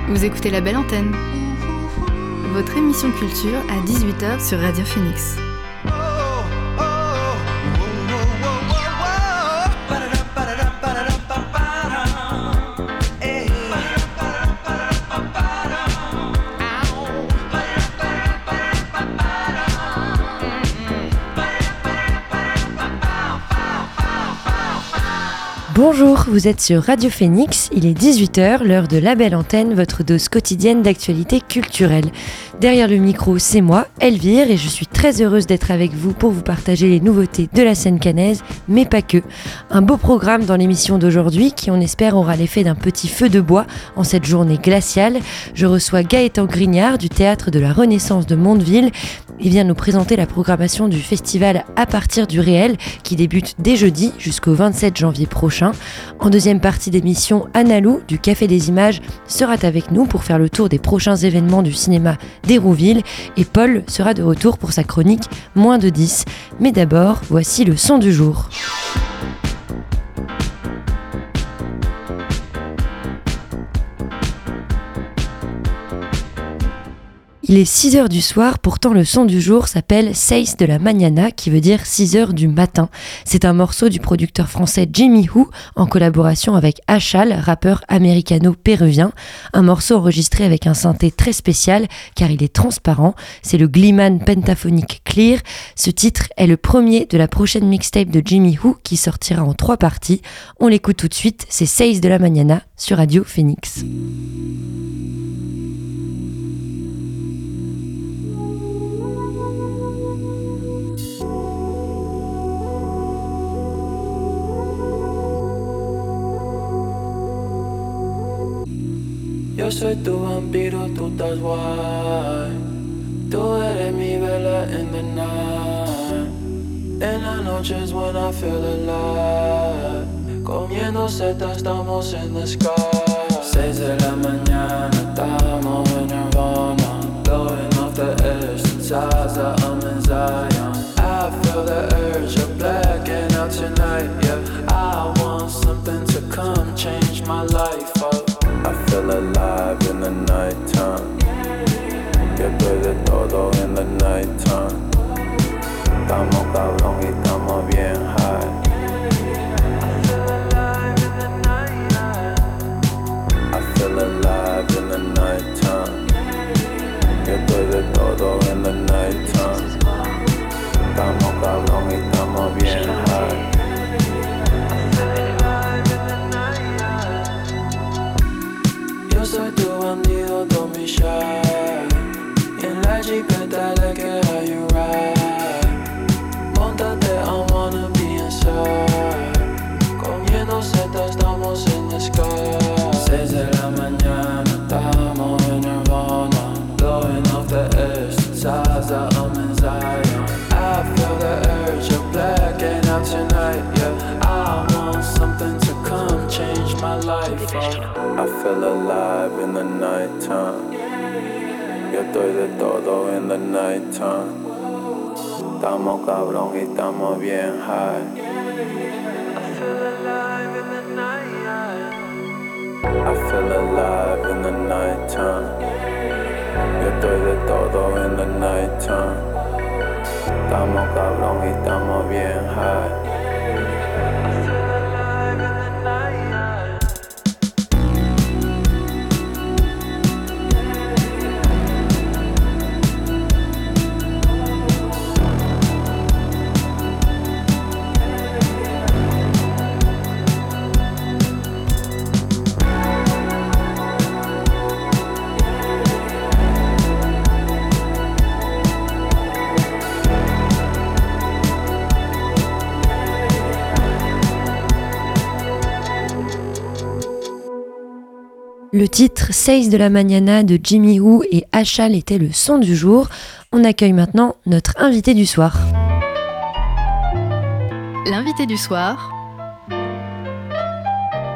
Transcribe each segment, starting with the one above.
Vous écoutez La Belle Antenne, votre émission culture à 18h sur Radio Phoenix. Bonjour, vous êtes sur Radio Phoenix, il est 18h, l'heure de La Belle Antenne, votre dose quotidienne d'actualité culturelle. Derrière le micro, c'est moi, Elvire, et je suis très heureuse d'être avec vous pour vous partager les nouveautés de la scène caennaise, mais pas que. Un beau programme dans l'émission d'aujourd'hui qui, on espère, aura l'effet d'un petit feu de bois en cette journée glaciale. Je reçois Gaëtan Grignard du Théâtre de la Renaissance de Mondeville. Il vient nous présenter la programmation du festival À partir du réel qui débute dès jeudi jusqu'au 27 janvier prochain. En deuxième partie d'émission, Anna Lou du Café des Images sera avec nous pour faire le tour des prochains événements du cinéma d'Hérouville et Paul sera de retour pour sa chronique Moins de 10. Mais d'abord, voici le son du jour. Il est 6h du soir, pourtant le son du jour s'appelle 6 de la mañana, qui veut dire 6h du matin. C'est un morceau du producteur français Jimmy Who, en collaboration avec Achal, rappeur américano-péruvien. Un morceau enregistré avec un synthé très spécial, car il est transparent. C'est le Gleeman Pentaphonic Clear. Ce titre est le premier de la prochaine mixtape de Jimmy Who, qui sortira en 3 parties. On l'écoute tout de suite, c'est 6 de la mañana sur Radio Phoenix. Yo soy tu vampiro, tú estás guay. Tú eres mi vela in the night. En las noches when I feel alive. Comiendo setas, estamos in the sky. 6 de la mañana, estamos en Nirvana. Blowing off the air, since Zaza, I'm in Zion. I feel the urge of blacking out tonight, yeah. I want something to come change my life up. I feel alive in the nighttime. Yo estoy de todo in the nighttime. Estamos cabrón y estamos bien high. I feel alive in the nighttime. I feel alive in the nighttime. Yo estoy de todo in the nighttime. Estamos cabrón y estamos bien high. Soy tu bandido, don't be shy. En la jipeta le que how you ride. Móntate, I wanna be inside. Comiendo setas, estamos in the sky. 6 de la mañana, estamos en Nirvana. Blowing off the air, Zaza, I'm in Zion. I feel the urge of blacking out tonight, yeah. I want something to come change my life up. I feel alive in the nighttime. Yo estoy de todo in the nighttime. Estamos cabrón y estamos bien high. I feel alive in the night. I feel alive in the nighttime. Yo estoy de todo in the nighttime. Estamos cabrón y estamos bien high. Le titre 6 de la mañana de Jimmy Who et Achal était le son du jour. On accueille maintenant notre invité du soir. L'invité du soir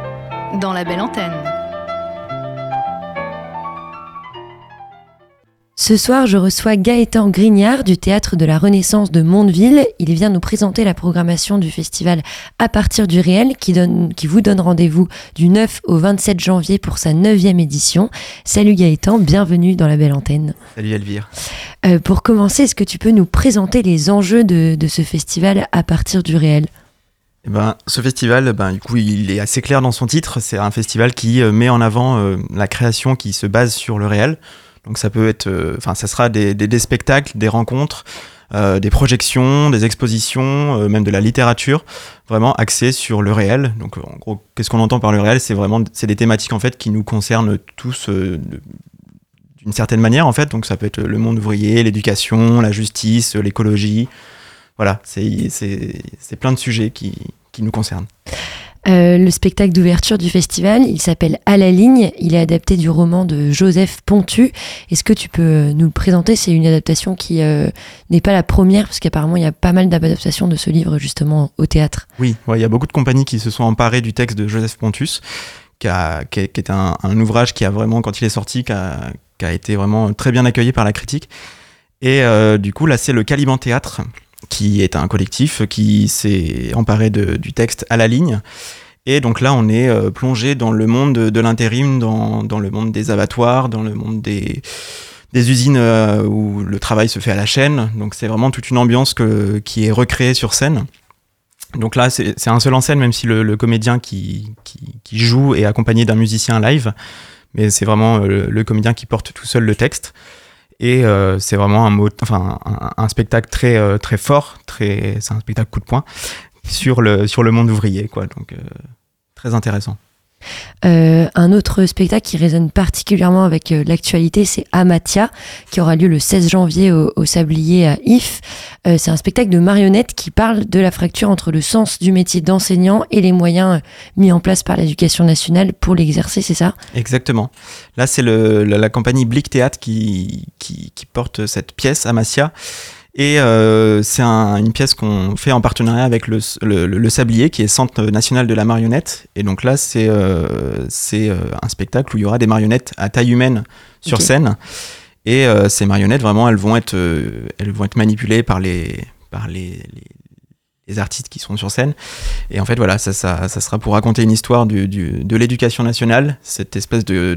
dans La Belle Antenne. Ce soir, je reçois Gaëtan Grignard du Théâtre de la Renaissance de Mondeville. Il vient nous présenter la programmation du festival À partir du réel qui vous donne rendez-vous du 9 au 27 janvier pour sa 9e édition. Salut Gaëtan, bienvenue dans la belle antenne. Salut Elvire. Pour commencer, est-ce que tu peux nous présenter les enjeux de ce festival À partir du réel ? Ce festival, du coup, il est assez clair dans son titre. C'est un festival qui met en avant la création qui se base sur le réel. Donc ça peut être, ça sera des spectacles, des rencontres, des projections, des expositions, même de la littérature, vraiment axée sur le réel. Donc en gros, qu'est-ce qu'on entend par le réel ? C'est des thématiques en fait qui nous concernent tous d'une certaine manière en fait. Donc ça peut être le monde ouvrier, l'éducation, la justice, l'écologie. Voilà, c'est plein de sujets qui nous concernent. Le spectacle d'ouverture du festival, il s'appelle À la ligne. Il est adapté du roman de Joseph Pontu. Est-ce que tu peux nous le présenter ? C'est une adaptation qui n'est pas la première, parce qu'apparemment il y a pas mal d'adaptations de ce livre justement au théâtre. Oui, il y a beaucoup de compagnies qui se sont emparées du texte de Joseph Pontus, qui est un ouvrage qui a vraiment, quand il est sorti, qui a été vraiment très bien accueilli par la critique. Et du coup, là, c'est le Caliban Théâtre, qui est un collectif qui s'est emparé du texte À la ligne. Et donc là, on est plongé dans le monde de l'intérim, dans le monde des abattoirs, dans le monde des usines où le travail se fait à la chaîne. Donc c'est vraiment toute une ambiance qui est recréée sur scène. Donc là, c'est un seul en scène, même si le comédien qui joue est accompagné d'un musicien live. Mais c'est vraiment le comédien qui porte tout seul le texte. Et c'est vraiment un spectacle très, très fort, c'est un spectacle coup de poing sur le monde ouvrier, quoi. Donc très intéressant. Un autre spectacle qui résonne particulièrement avec l'actualité, c'est Amatia, qui aura lieu le 16 janvier au Sablier à If. C'est un spectacle de marionnettes qui parle de la fracture entre le sens du métier d'enseignant et les moyens mis en place par l'éducation nationale pour l'exercer, c'est ça ? Exactement. Là, c'est la compagnie Blick Théâtre qui porte cette pièce, Amatia. Et c'est une pièce qu'on fait en partenariat avec le Sablier, qui est Centre national de la marionnette. Et donc là, c'est un spectacle où il y aura des marionnettes à taille humaine sur scène. Et ces marionnettes, vraiment, elles vont être manipulées par les artistes qui sont sur scène. Et en fait, voilà, ça sera pour raconter une histoire de l'éducation nationale, cette espèce de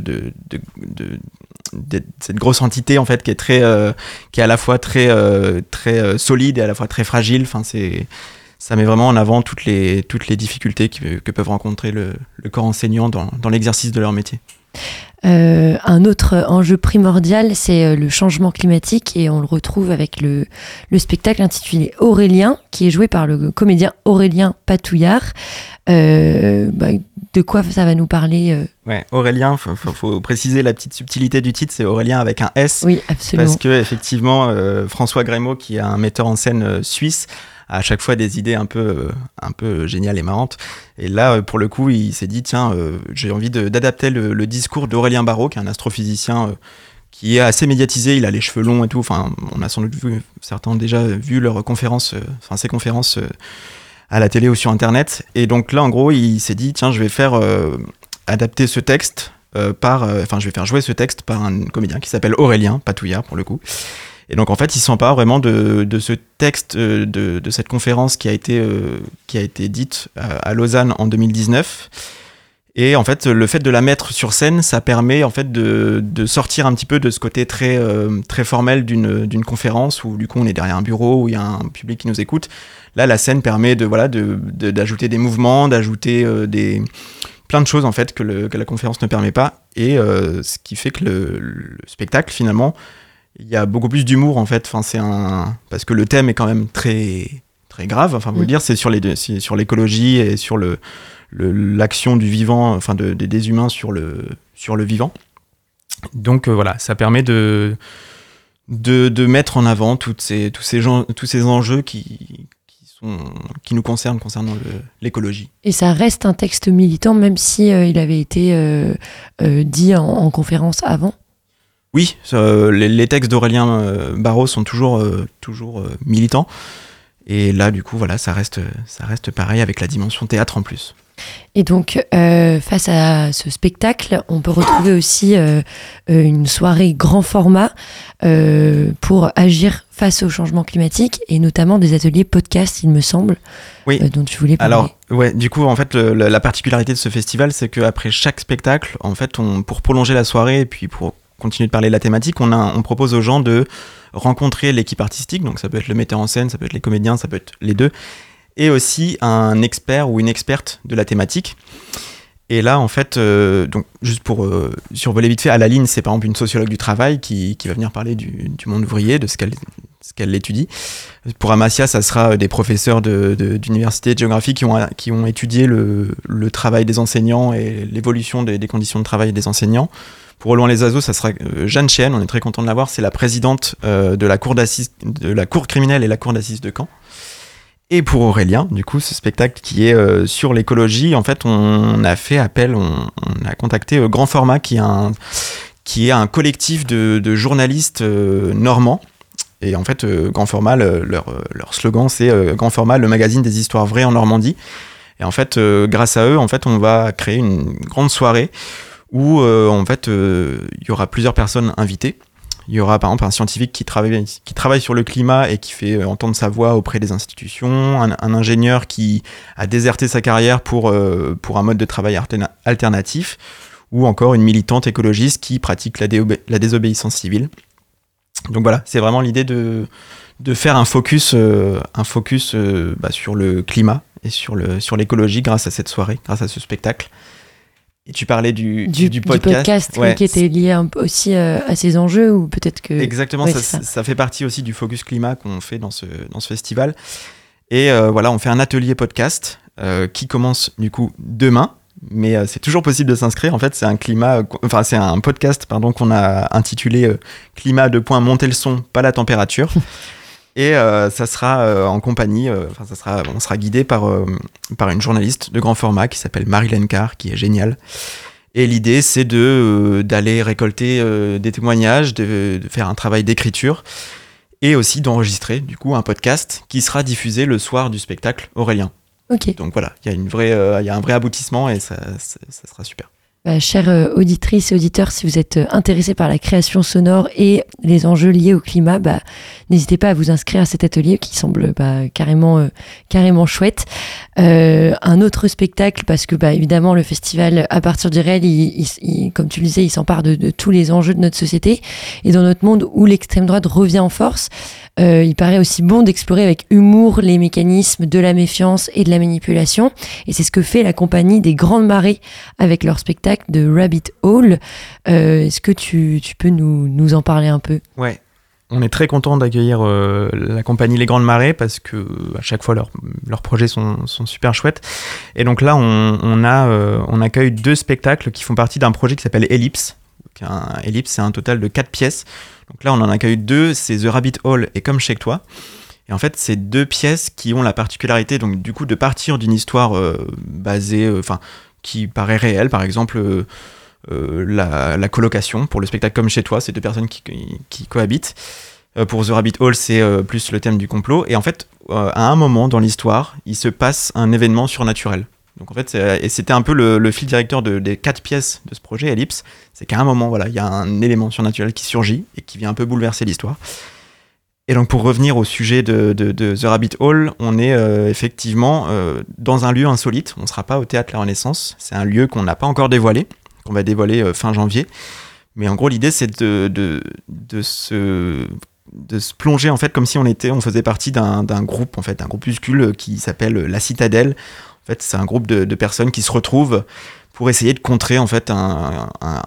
cette grosse entité en fait qui est à la fois très solide et à la fois très fragile. Enfin, ça met vraiment en avant toutes les difficultés que peuvent rencontrer le corps enseignant dans l'exercice de leur métier. Un autre enjeu primordial, c'est le changement climatique, et on le retrouve avec le spectacle intitulé Aurélien, qui est joué par le comédien Aurélien Patouillard. De quoi ça va nous parler Ouais, Aurélien, faut préciser la petite subtilité du titre, c'est Aurélien avec un S. Oui, absolument. Parce que effectivement, François Grémaud, qui est un metteur en scène suisse, a à chaque fois des idées un peu géniales et marrantes. Et là, pour le coup, il s'est dit, tiens, j'ai envie d'adapter le discours d'Aurélien Barraud, qui est un astrophysicien qui est assez médiatisé. Il a les cheveux longs et tout. Enfin, on a sans doute certains ont déjà vu leurs conférences, ses conférences à la télé ou sur Internet. Et donc là, en gros, il s'est dit, tiens, je vais faire adapter ce texte je vais faire jouer ce texte par un comédien qui s'appelle Aurélien Patouillard, pour le coup. Et donc en fait, il s'empare vraiment de ce texte, de cette conférence qui a été dite à Lausanne en 2019. Et en fait, le fait de la mettre sur scène, ça permet en fait de sortir un petit peu de ce côté très très formel d'une conférence où du coup on est derrière un bureau où il y a un public qui nous écoute. Là, la scène permet d'ajouter des mouvements, d'ajouter plein de choses en fait que la conférence ne permet pas. Et ce qui fait que le spectacle finalement, il y a beaucoup plus d'humour en fait. Enfin, parce que le thème est quand même très très grave. Enfin, vous le dire, c'est sur l'écologie et sur l'action du vivant, enfin des humains sur le vivant. Donc voilà, ça permet de mettre en avant tous ces enjeux qui nous concernent concernant l'écologie. Et ça reste un texte militant, même si il avait été dit en conférence avant. Oui, les textes d'Aurélien Barraud sont toujours militants. Et là, du coup, voilà, ça reste pareil avec la dimension théâtre en plus. Et donc, face à ce spectacle, on peut retrouver aussi une soirée grand format pour agir face au changement climatique et notamment des ateliers podcast, il me semble, dont tu voulais parler. Alors, du coup, en fait, la particularité de ce festival, c'est qu'après chaque spectacle, en fait, pour prolonger la soirée et puis pour continuer de parler de la thématique, on propose aux gens de rencontrer l'équipe artistique, donc ça peut être le metteur en scène, ça peut être les comédiens, ça peut être les deux, et aussi un expert ou une experte de la thématique. Et là, en fait, donc, juste pour survoler vite fait, Alaline, c'est par exemple une sociologue du travail qui va venir parler du monde ouvrier, de ce qu'elle étudie. Pour Amasia, ça sera des professeurs d'université de géographie qui ont étudié le travail des enseignants et l'évolution des conditions de travail des enseignants. Pour Roland Les Azos, ça sera Jeanne Chien, on est très content de l'avoir, c'est la présidente de la cour criminelle et la cour d'assises de Caen. Et pour Aurélien, du coup, ce spectacle qui est sur l'écologie, en fait, on a fait appel, on a contacté Grand Format, qui est un collectif de journalistes normands. Et en fait, Grand Format, leur slogan, c'est Grand Format, le magazine des histoires vraies en Normandie. Et en fait, grâce à eux, en fait, on va créer une grande soirée où, en fait, il y aura plusieurs personnes invitées. Il y aura par exemple un scientifique qui travaille sur le climat et qui fait entendre sa voix auprès des institutions, un ingénieur qui a déserté sa carrière pour un mode de travail alternatif, ou encore une militante écologiste qui pratique la désobéissance civile. Donc voilà, c'est vraiment l'idée de faire un focus sur le climat et sur l'écologie grâce à cette soirée, grâce à ce spectacle. Et tu parlais du podcast, qui était lié aussi à ces enjeux, ou peut-être que... Exactement, ça fait partie aussi du focus climat qu'on fait dans ce festival. Et on fait un atelier podcast qui commence du coup demain, mais c'est toujours possible de s'inscrire. En fait, c'est un podcast qu'on a intitulé Climat : monter le son, pas la température. Et ça sera en compagnie, on sera guidé par une journaliste de Grand Format qui s'appelle Marie-Laine Carr, qui est géniale. Et l'idée, c'est d'aller récolter des témoignages, de faire un travail d'écriture et aussi d'enregistrer du coup un podcast qui sera diffusé le soir du spectacle Aurélien. Ok. Donc voilà, il y a un vrai aboutissement et ça sera super. Chères auditrices et auditeurs, si vous êtes intéressés par la création sonore et les enjeux liés au climat, n'hésitez pas à vous inscrire à cet atelier qui semble carrément chouette. Un autre spectacle, parce que évidemment le festival À partir du réel, il, comme tu le disais, il s'empare de tous les enjeux de notre société, et dans notre monde où l'extrême droite revient en force, il paraît aussi bon d'explorer avec humour les mécanismes de la méfiance et de la manipulation, et c'est ce que fait la compagnie des Grandes Marées avec leur spectacle de Rabbit Hole. Est-ce que tu peux nous en parler un peu ? Ouais, on est très content d'accueillir la compagnie Les Grandes Marées parce que à chaque fois leurs projets sont super chouettes. Et donc là, on accueille 2 spectacles qui font partie d'un projet qui s'appelle Ellipse. Ellipse, c'est un total de 4 pièces. Donc là, on en accueille 2, c'est The Rabbit Hole et Comme chez toi. Et en fait, c'est 2 pièces qui ont la particularité, donc du coup, de partir d'une histoire qui paraît réelle. Par exemple, la colocation pour le spectacle Comme chez toi, c'est 2 personnes qui cohabitent. Pour The Rabbit Hole, c'est plus le thème du complot. Et en fait, à un moment dans l'histoire, il se passe un événement surnaturel. Donc en fait, c'était un peu le fil directeur des 4 pièces de ce projet Ellipse, c'est qu'à un moment, il y a un élément surnaturel qui surgit et qui vient un peu bouleverser l'histoire. Et donc pour revenir au sujet de The Rabbit Hole, on est effectivement dans un lieu insolite. On ne sera pas au Théâtre La Renaissance, c'est un lieu qu'on n'a pas encore dévoilé, qu'on va dévoiler fin janvier. Mais en gros, l'idée, c'est de se plonger en fait comme si on faisait partie d'un groupe, en fait, d'un groupuscule qui s'appelle La Citadelle. En fait, c'est un groupe de personnes qui se retrouvent pour essayer de contrer en fait un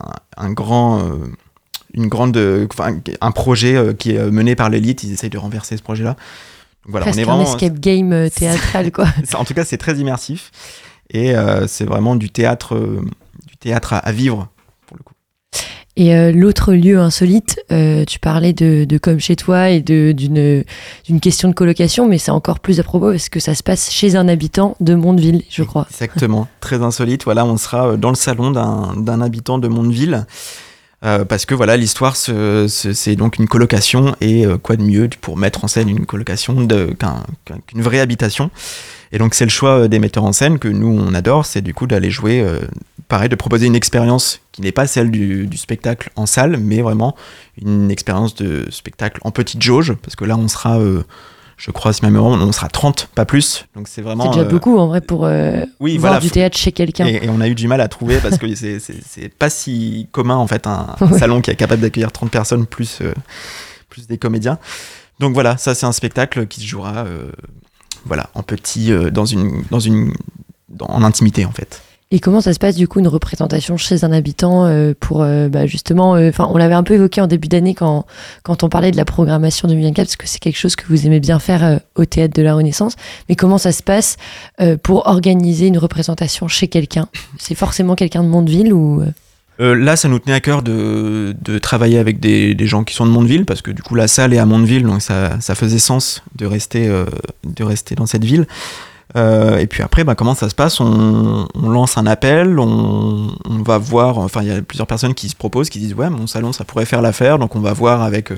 projet qui est mené par l'élite. Ils essayent de renverser ce projet-là. Donc voilà, presque on est vraiment un escape game théâtral, quoi. En tout cas, c'est très immersif et c'est vraiment du théâtre à vivre pour le coup. Et l'autre lieu insolite, tu parlais de Comme chez toi et d'une question de colocation, mais c'est encore plus à propos parce que ça se passe chez un habitant de Mondeville, je crois. Exactement, très insolite. Voilà, on sera dans le salon d'un habitant de Mondeville. Parce que voilà, l'histoire, c'est donc une colocation, et quoi de mieux pour mettre en scène une colocation qu'une vraie habitation. Et donc c'est le choix des metteurs en scène que nous on adore, c'est du coup d'aller jouer, pareil, de proposer une expérience qui n'est pas celle du spectacle en salle, mais vraiment une expérience de spectacle en petite jauge, parce que là on sera, je crois, si ma mémoire, on sera 30, pas plus. Donc c'est vraiment. C'est déjà beaucoup en vrai pour oui, voir du théâtre chez quelqu'un. Et on a eu du mal à trouver parce que c'est pas si commun en fait un salon qui est capable d'accueillir 30 personnes plus des comédiens. Donc voilà, ça c'est un spectacle qui se jouera voilà, en petit, en intimité en fait. Et comment ça se passe du coup une représentation chez un habitant pour justement, on l'avait un peu évoqué en début d'année quand on parlait de la programmation 2024, parce que c'est quelque chose que vous aimez bien faire au Théâtre de la Renaissance, mais comment ça se passe pour organiser une représentation chez quelqu'un? C'est forcément quelqu'un de Mondeville ou Là, ça nous tenait à cœur de travailler avec des gens qui sont de Mondeville, parce que du coup la salle est à Mondeville, donc ça faisait sens de rester dans cette ville. Et puis après, comment ça se passe? On lance un appel, on va voir, enfin il y a plusieurs personnes qui se proposent, qui disent ouais, mon salon ça pourrait faire l'affaire, donc on va voir avec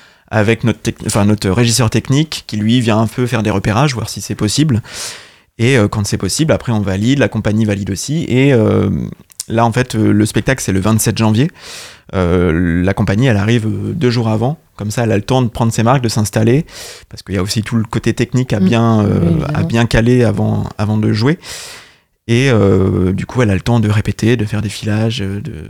notre régisseur technique qui lui vient un peu faire des repérages, voir si c'est possible. Et quand c'est possible, après on valide, la compagnie valide aussi, et là en fait le spectacle c'est le 27 janvier. La compagnie elle arrive 2 jours avant, comme ça elle a le temps de prendre ses marques, de s'installer, parce qu'il y a aussi tout le côté technique à bien caler avant de jouer, et du coup elle a le temps de répéter, de faire des filages,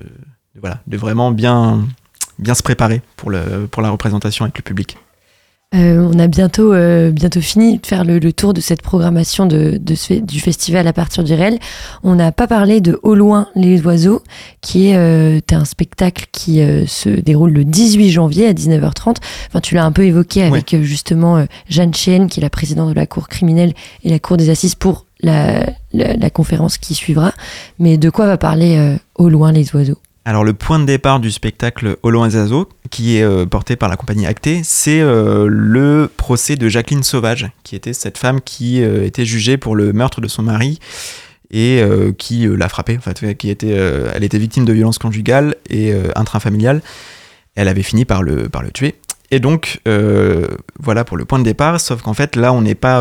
de vraiment bien se préparer pour la représentation avec le public. On a bientôt fini de faire le tour de cette programmation du festival à partir du réel. On n'a pas parlé de Au loin les oiseaux, qui est un spectacle qui se déroule le 18 janvier à 19h30. Enfin, tu l'as un peu évoqué avec justement Jeanne Chehenne, qui est la présidente de la Cour criminelle et la Cour des assises, pour la conférence qui suivra. Mais de quoi va parler Au loin les oiseaux? Alors le point de départ du spectacle Au loin les oiseaux, qui est porté par la compagnie Acté, c'est le procès de Jacqueline Sauvage, qui était cette femme qui était jugée pour le meurtre de son mari et qui l'a frappée. En fait, elle était victime de violences conjugales et intrafamiliales. Elle avait fini par le tuer. Et donc voilà pour le point de départ. Sauf qu'en fait là on n'est pas,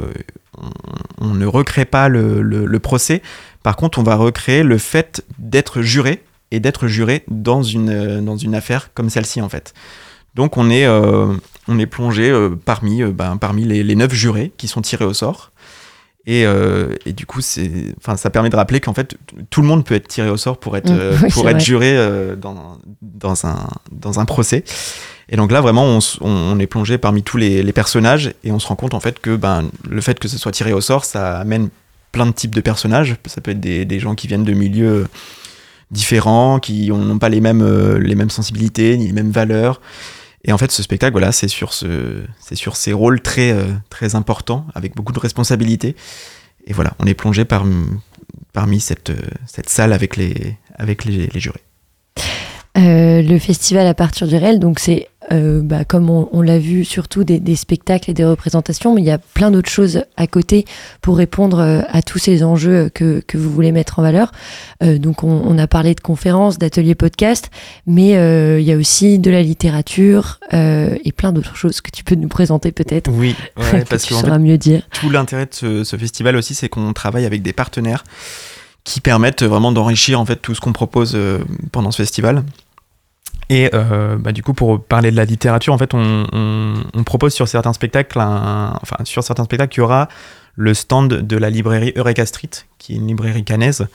on ne recrée pas le procès. Par contre on va recréer le fait d'être juré. Et d'être juré dans une affaire comme celle-ci en fait. Donc on est plongé parmi les 9 jurés qui sont tirés au sort. Et du coup ça permet de rappeler qu'en fait tout le monde peut être tiré au sort pour être juré dans un procès. Et donc là vraiment on est plongé parmi tous les personnages, et on se rend compte en fait que le fait que ce soit tiré au sort, ça amène plein de types de personnages. Ça peut être des gens qui viennent de milieux différents, qui n'ont pas les mêmes sensibilités ni les mêmes valeurs. Et en fait ce spectacle, voilà, c'est sur ces rôles très très importants, avec beaucoup de responsabilités. Et voilà, on est plongé parmi cette salle avec les jurés. Le festival à partir du réel, donc c'est comme on l'a vu, surtout des spectacles et des représentations, mais il y a plein d'autres choses à côté pour répondre à tous ces enjeux que vous voulez mettre en valeur. Donc on a parlé de conférences, d'ateliers podcast, mais il y a aussi de la littérature et plein d'autres choses que tu peux nous présenter peut-être. Oui, parce que tu sauras mieux dire. Tout l'intérêt de ce festival aussi, c'est qu'on travaille avec des partenaires qui permettent vraiment d'enrichir en fait tout ce qu'on propose pendant ce festival. Et du coup, pour parler de la littérature, en fait, on propose sur certains spectacles, il y aura le stand de la librairie Eureka Street, qui est une librairie caennaise.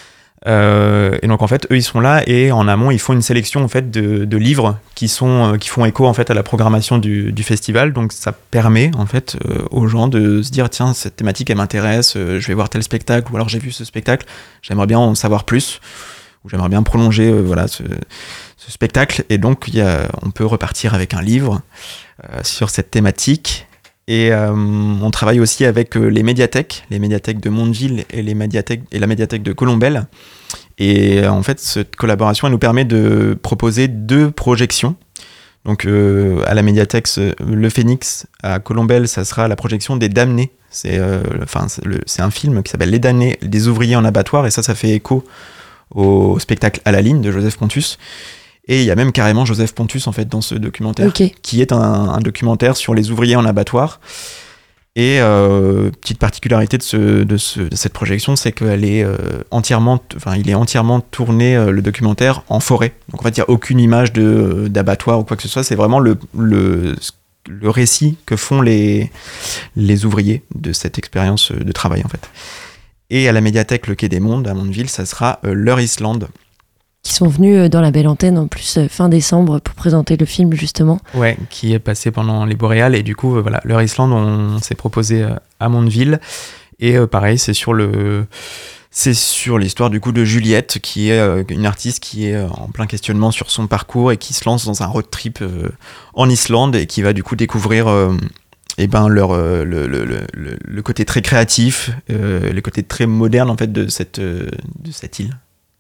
Et donc en fait, eux ils sont là, et en amont ils font une sélection en fait de livres qui font écho en fait à la programmation du festival. Donc ça permet en fait aux gens de se dire tiens, cette thématique elle m'intéresse, je vais voir tel spectacle, ou alors j'ai vu ce spectacle, j'aimerais bien en savoir plus, ou j'aimerais bien prolonger ce spectacle. Et donc on peut repartir avec un livre sur cette thématique. Et on travaille aussi avec les médiathèques de Mondeville et la médiathèque de Colombelle. Et en fait, cette collaboration, elle nous permet de proposer 2 projections. Donc à la médiathèque Le Phénix, à Colombelle, ça sera la projection des Damnés. C'est un film qui s'appelle Les Damnés, des ouvriers en abattoir, et ça fait écho au spectacle À la ligne de Joseph Pontus. Et il y a même carrément Joseph Pontus en fait dans ce documentaire, qui est un documentaire sur les ouvriers en abattoir. Et petite particularité de cette projection, c'est qu'elle est il est entièrement tourné le documentaire en forêt. Donc en fait, il n'y a aucune image d'abattoir ou quoi que ce soit. C'est vraiment le récit que font les ouvriers de cette expérience de travail en fait. Et à la médiathèque Le Quai des Mondes à Mondeville, ça sera Leur Islande. Qui sont venus dans la Belle Antenne en plus fin décembre pour présenter le film justement. Ouais, qui est passé pendant les Boréales et du coup voilà, Leur Islande on s'est proposé à Mondeville et pareil c'est sur l'histoire du coup de Juliette qui est une artiste qui est en plein questionnement sur son parcours et qui se lance dans un road trip en Islande et qui va du coup découvrir le côté très créatif, le côté très moderne en fait de cette île.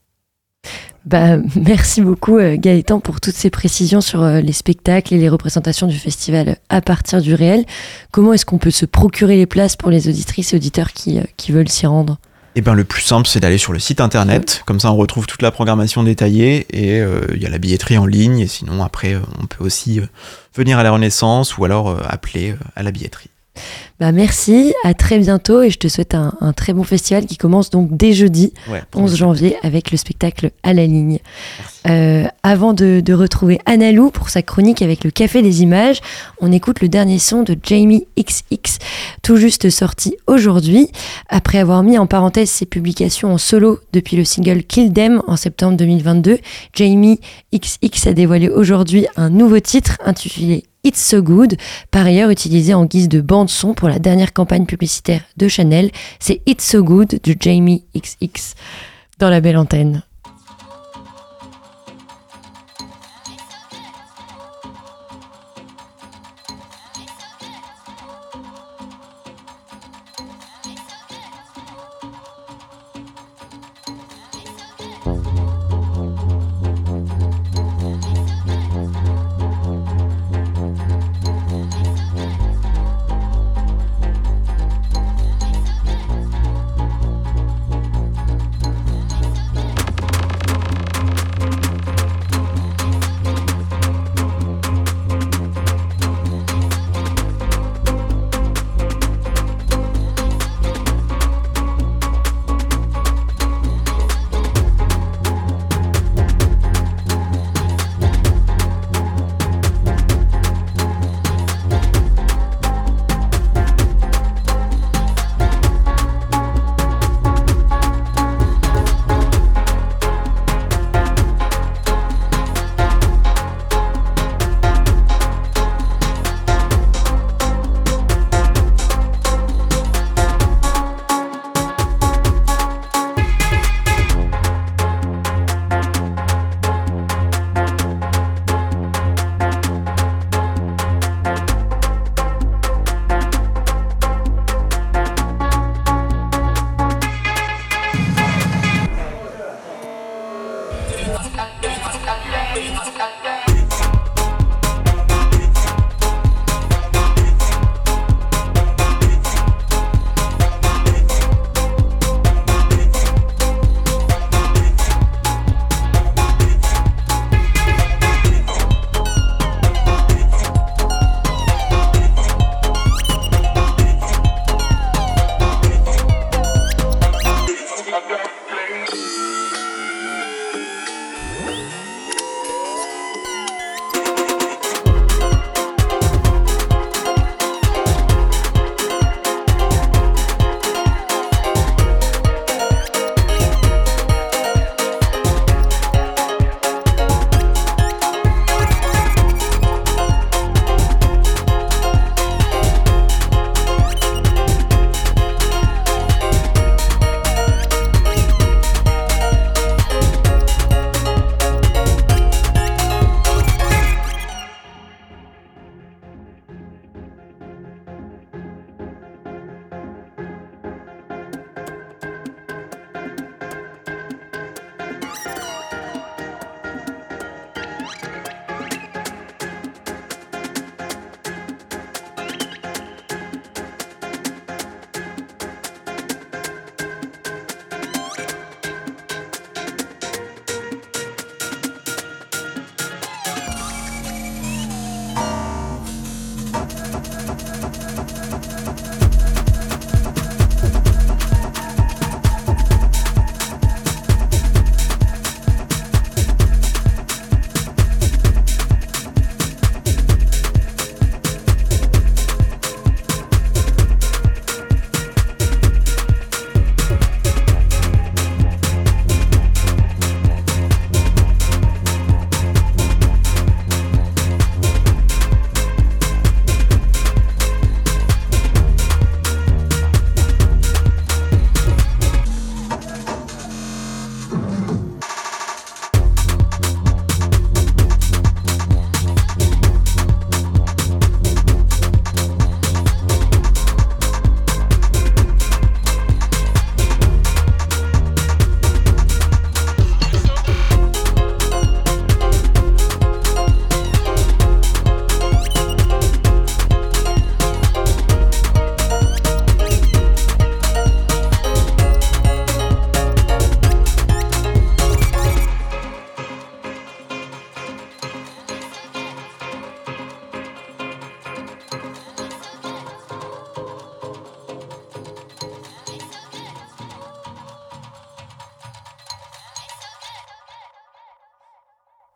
Merci beaucoup Gaëtan pour toutes ces précisions sur les spectacles et les représentations du festival à partir du réel. Comment est-ce qu'on peut se procurer les places pour les auditrices et auditeurs qui veulent s'y rendre ? Le plus simple, c'est d'aller sur le site internet. Comme ça, on retrouve toute la programmation détaillée et il y a la billetterie en ligne. Et sinon, après, on peut aussi venir à la Renaissance ou alors appeler à la billetterie. Merci, à très bientôt et je te souhaite un très bon festival qui commence donc dès jeudi 11 janvier avec le spectacle À la ligne. Avant de retrouver Analou pour sa chronique avec le Café des Images, on écoute le dernier son de Jamie XX, tout juste sorti aujourd'hui. Après avoir mis en parenthèse ses publications en solo depuis le single Kill Them en septembre 2022, Jamie XX a dévoilé aujourd'hui un nouveau titre intitulé It's So Good, par ailleurs utilisé en guise de bande-son pour la dernière campagne publicitaire de Chanel. C'est It's So Good de Jamie XX dans la Belle Antenne.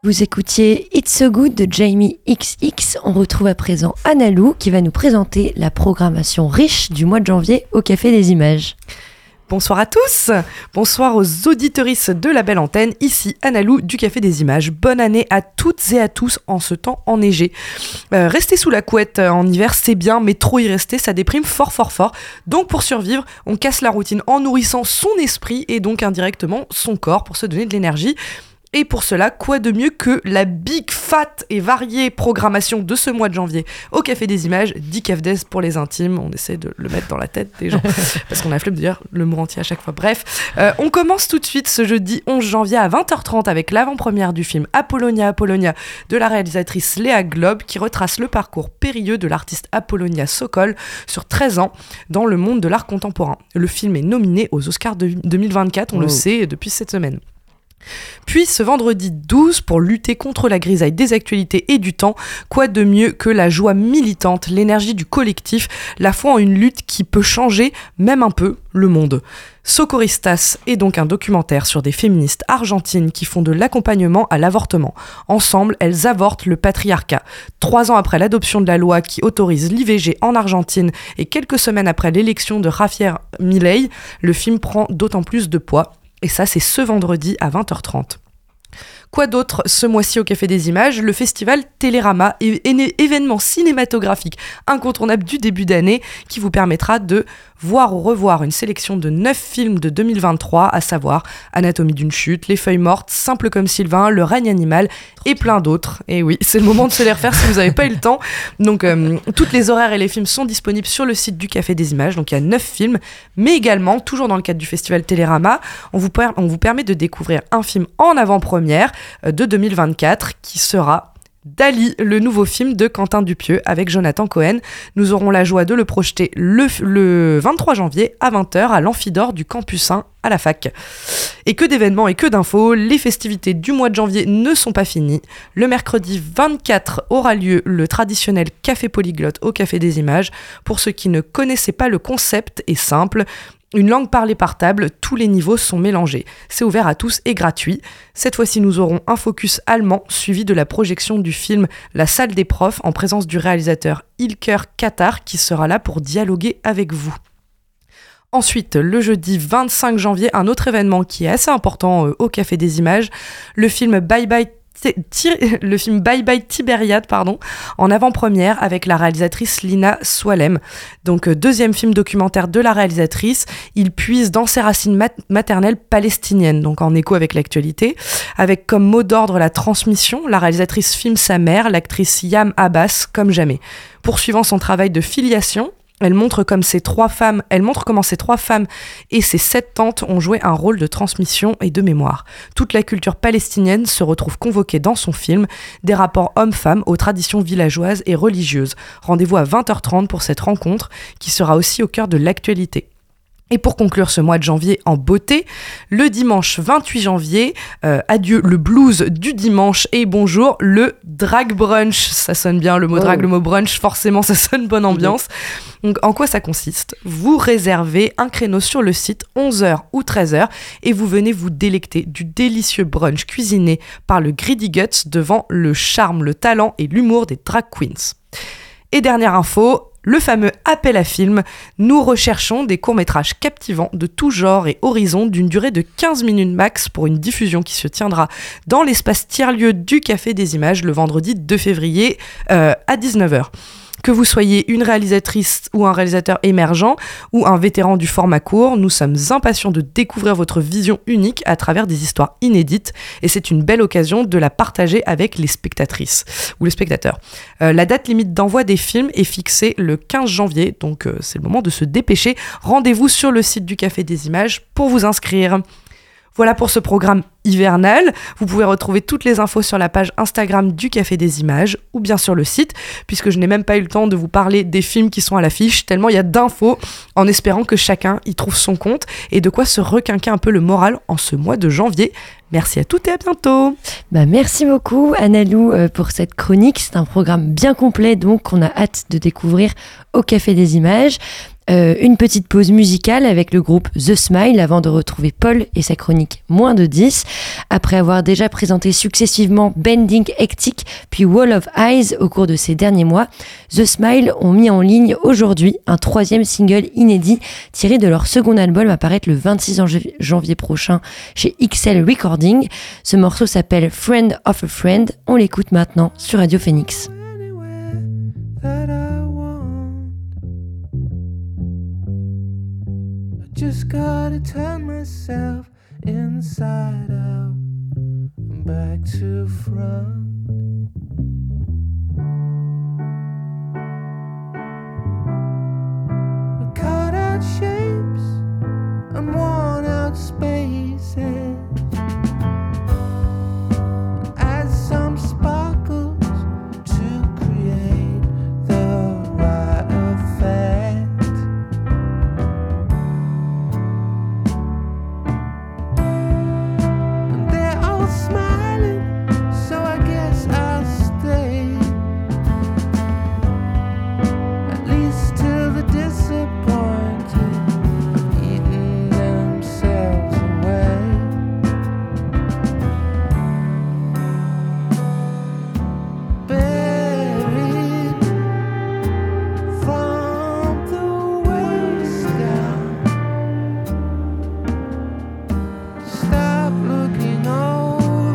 Vous écoutiez It's So Good de Jamie XX. On retrouve à présent Analou qui va nous présenter la programmation riche du mois de janvier au Café des Images. Bonsoir à tous, bonsoir aux auditrices de la belle antenne, ici Analou du Café des Images. Bonne année à toutes et à tous en ce temps enneigé. Rester sous la couette en hiver c'est bien, mais trop y rester ça déprime fort. Donc pour survivre, on casse la routine en nourrissant son esprit et donc indirectement son corps pour se donner de l'énergie. Et pour cela, quoi de mieux que la big fat et variée programmation de ce mois de janvier au Café des Images, 10 CAFDES pour les intimes, on essaie de le mettre dans la tête des gens, parce qu'on a la flemme de dire le mot entier à chaque fois. Bref, on commence tout de suite ce jeudi 11 janvier à 20h30 avec l'avant-première du film Apollonia de la réalisatrice Léa Globe qui retrace le parcours périlleux de l'artiste Apollonia Sokol sur 13 ans dans le monde de l'art contemporain. Le film est nominé aux Oscars 2024, on le sait depuis cette semaine. Puis ce vendredi 12, pour lutter contre la grisaille des actualités et du temps, quoi de mieux que la joie militante, l'énergie du collectif, la foi en une lutte qui peut changer, même un peu, le monde. Socorristas est donc un documentaire sur des féministes argentines qui font de l'accompagnement à l'avortement. Ensemble, elles avortent le patriarcat. 3 ans après l'adoption de la loi qui autorise l'IVG en Argentine et quelques semaines après l'élection de Javier Milei, le film prend d'autant plus de poids. Et ça, c'est ce vendredi à 20h30. Quoi d'autre ce mois-ci au Café des Images ? Le festival Télérama, événement cinématographique incontournable du début d'année qui vous permettra de voir ou revoir une sélection de 9 films de 2023, à savoir Anatomie d'une chute, Les feuilles mortes, Simple comme Sylvain, Le règne animal et plein d'autres. Et oui, c'est le moment de se les refaire si vous n'avez pas eu le temps. Donc, toutes les horaires et les films sont disponibles sur le site du Café des Images. Donc, il y a 9 films, mais également, toujours dans le cadre du festival Télérama, on vous permet de découvrir un film en avant-première de 2024 qui sera Dali, le nouveau film de Quentin Dupieux avec Jonathan Cohen. Nous aurons la joie de le projeter le 23 janvier à 20h à l'Amphidore du Campus 1 à la fac. Et que d'événements et que d'infos, les festivités du mois de janvier ne sont pas finies. Le mercredi 24 aura lieu le traditionnel Café Polyglotte au Café des Images. Pour ceux qui ne connaissaient pas le concept est simple. Une langue parlée par table, tous les niveaux sont mélangés. C'est ouvert à tous et gratuit. Cette fois-ci, nous aurons un focus allemand suivi de la projection du film La salle des profs en présence du réalisateur Ilker Katar qui sera là pour dialoguer avec vous. Ensuite, le jeudi 25 janvier, un autre événement qui est assez important au Café des Images, le film Bye Bye Tibériade, en avant-première avec la réalisatrice Lina Swalem. Donc, deuxième film documentaire de la réalisatrice. Il puise dans ses racines maternelles palestiniennes, donc en écho avec l'actualité. Avec comme mot d'ordre la transmission, la réalisatrice filme sa mère, l'actrice Yam Abbas, comme jamais. Poursuivant son travail de filiation, elle montre comment ces 3 femmes et ses 7 tantes ont joué un rôle de transmission et de mémoire. Toute la culture palestinienne se retrouve convoquée dans son film, des rapports hommes-femmes aux traditions villageoises et religieuses. Rendez-vous à 20h30 pour cette rencontre qui sera aussi au cœur de l'actualité. Et pour conclure ce mois de janvier en beauté, le dimanche 28 janvier, adieu le blues du dimanche et bonjour le drag brunch. Ça sonne bien le mot drag, le mot brunch, forcément ça sonne bonne ambiance. Donc en quoi ça consiste ? Vous réservez un créneau sur le site 11h ou 13h et vous venez vous délecter du délicieux brunch cuisiné par le Greedy Guts devant le charme, le talent et l'humour des drag queens. Et dernière info, le fameux appel à film, nous recherchons des courts-métrages captivants de tout genre et horizon d'une durée de 15 minutes max pour une diffusion qui se tiendra dans l'espace tiers-lieu du Café des Images le vendredi 2 février à 19h. Que vous soyez une réalisatrice ou un réalisateur émergent ou un vétéran du format court, nous sommes impatients de découvrir votre vision unique à travers des histoires inédites et c'est une belle occasion de la partager avec les spectatrices ou les spectateurs. La date limite d'envoi des films est fixée le 15 janvier, donc c'est le moment de se dépêcher. Rendez-vous sur le site du Café des Images pour vous inscrire. Voilà pour ce programme hivernal. Vous pouvez retrouver toutes les infos sur la page Instagram du Café des Images ou bien sur le site, puisque je n'ai même pas eu le temps de vous parler des films qui sont à l'affiche, tellement il y a d'infos, en espérant que chacun y trouve son compte et de quoi se requinquer un peu le moral en ce mois de janvier. Merci à toutes et à bientôt. Merci beaucoup Analou pour cette chronique. C'est un programme bien complet, donc on a hâte de découvrir au Café des Images. Une petite pause musicale avec le groupe The Smile avant de retrouver Paul et sa chronique Moins de 10. Après avoir déjà présenté successivement Bending Hectic puis Wall of Eyes au cours de ces derniers mois, The Smile ont mis en ligne aujourd'hui un 3e single inédit tiré de leur second album à paraître le 26 janvier prochain chez XL Recording. Ce morceau s'appelle Friend of a Friend. On l'écoute maintenant sur Radio Phoenix. Just gotta turn myself inside out and back to front. We cut out shapes and worn out spaces. Add some sparkles to create the right effect. Smiling, so I guess I'll stay, at least till the disappointed have eaten themselves away. Buried from the waist down. Stop looking over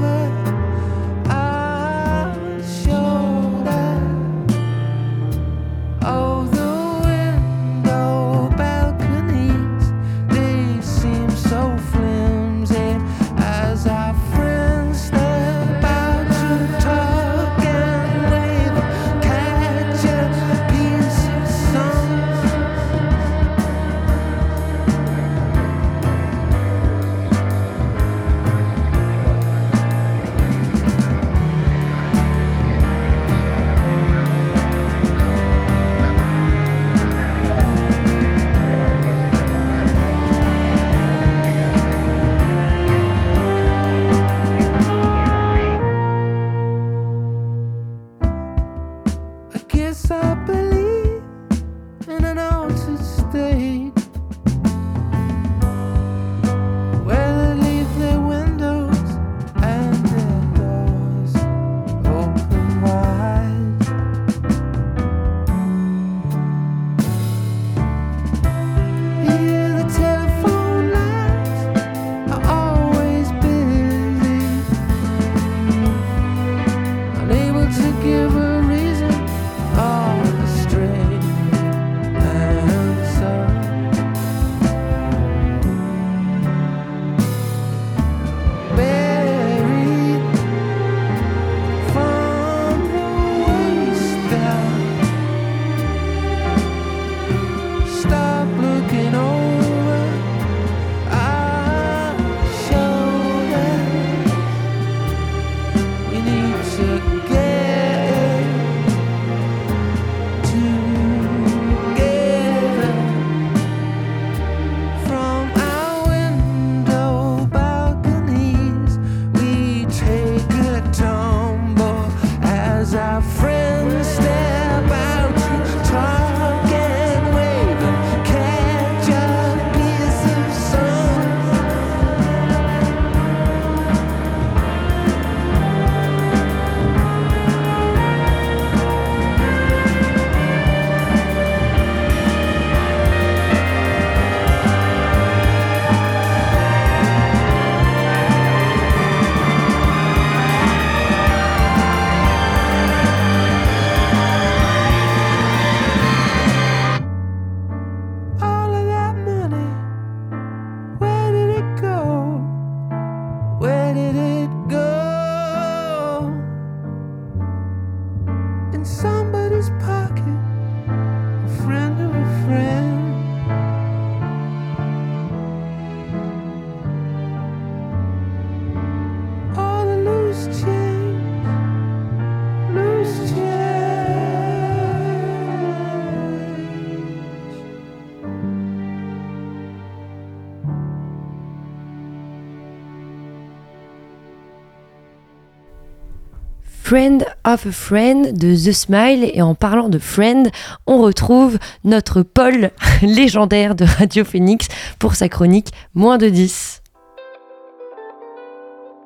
Friend of a Friend de The Smile. Et en parlant de Friend, on retrouve notre Paul légendaire de Radio Phoenix pour sa chronique Moins de 10.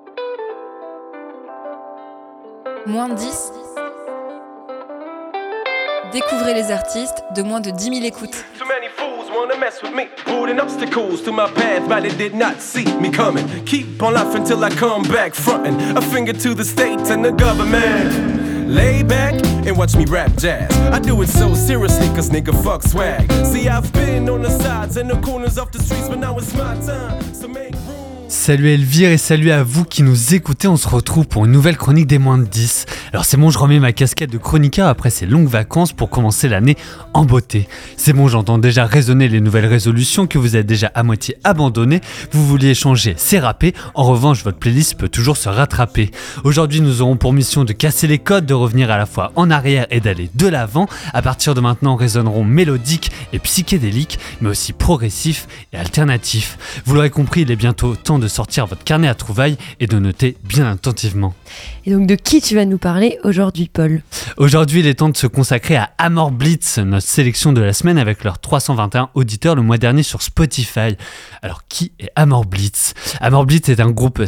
Moins de 10. Découvrez les artistes de moins de 10 000 écoutes. Too many fools wanna mess with me. Putting obstacles to my path, but they did not see me coming. Keep on laughing till I come back, frontin' a finger to the state and the government. Lay back and watch me rap jazz. I do it so seriously, cause nigga fuck swag. See, I've been on the sides and the corners of the streets, but now it's my time, so make room. Salut Elvire et salut à vous qui nous écoutez, on se retrouve pour une nouvelle chronique des moins de 10. Alors c'est bon, je remets ma casquette de chroniqueur après ces longues vacances pour commencer l'année en beauté. C'est bon, j'entends déjà résonner les nouvelles résolutions que vous avez déjà à moitié abandonnées. Vous vouliez changer, c'est râpé. En revanche, votre playlist peut toujours se rattraper. Aujourd'hui, nous aurons pour mission de casser les codes, de revenir à la fois en arrière et d'aller de l'avant. À partir de maintenant, résonneront mélodiques et psychédéliques, mais aussi progressifs et alternatifs. Vous l'aurez compris, il est bientôt temps de sortir votre carnet à trouvailles et de noter bien attentivement. Et donc de qui tu vas nous parler aujourd'hui, Paul ? Aujourd'hui, il est temps de se consacrer à Amor Blitz, notre sélection de la semaine avec leurs 321 auditeurs le mois dernier sur Spotify. Alors, qui est Amor Blitz ? Amor Blitz est un groupe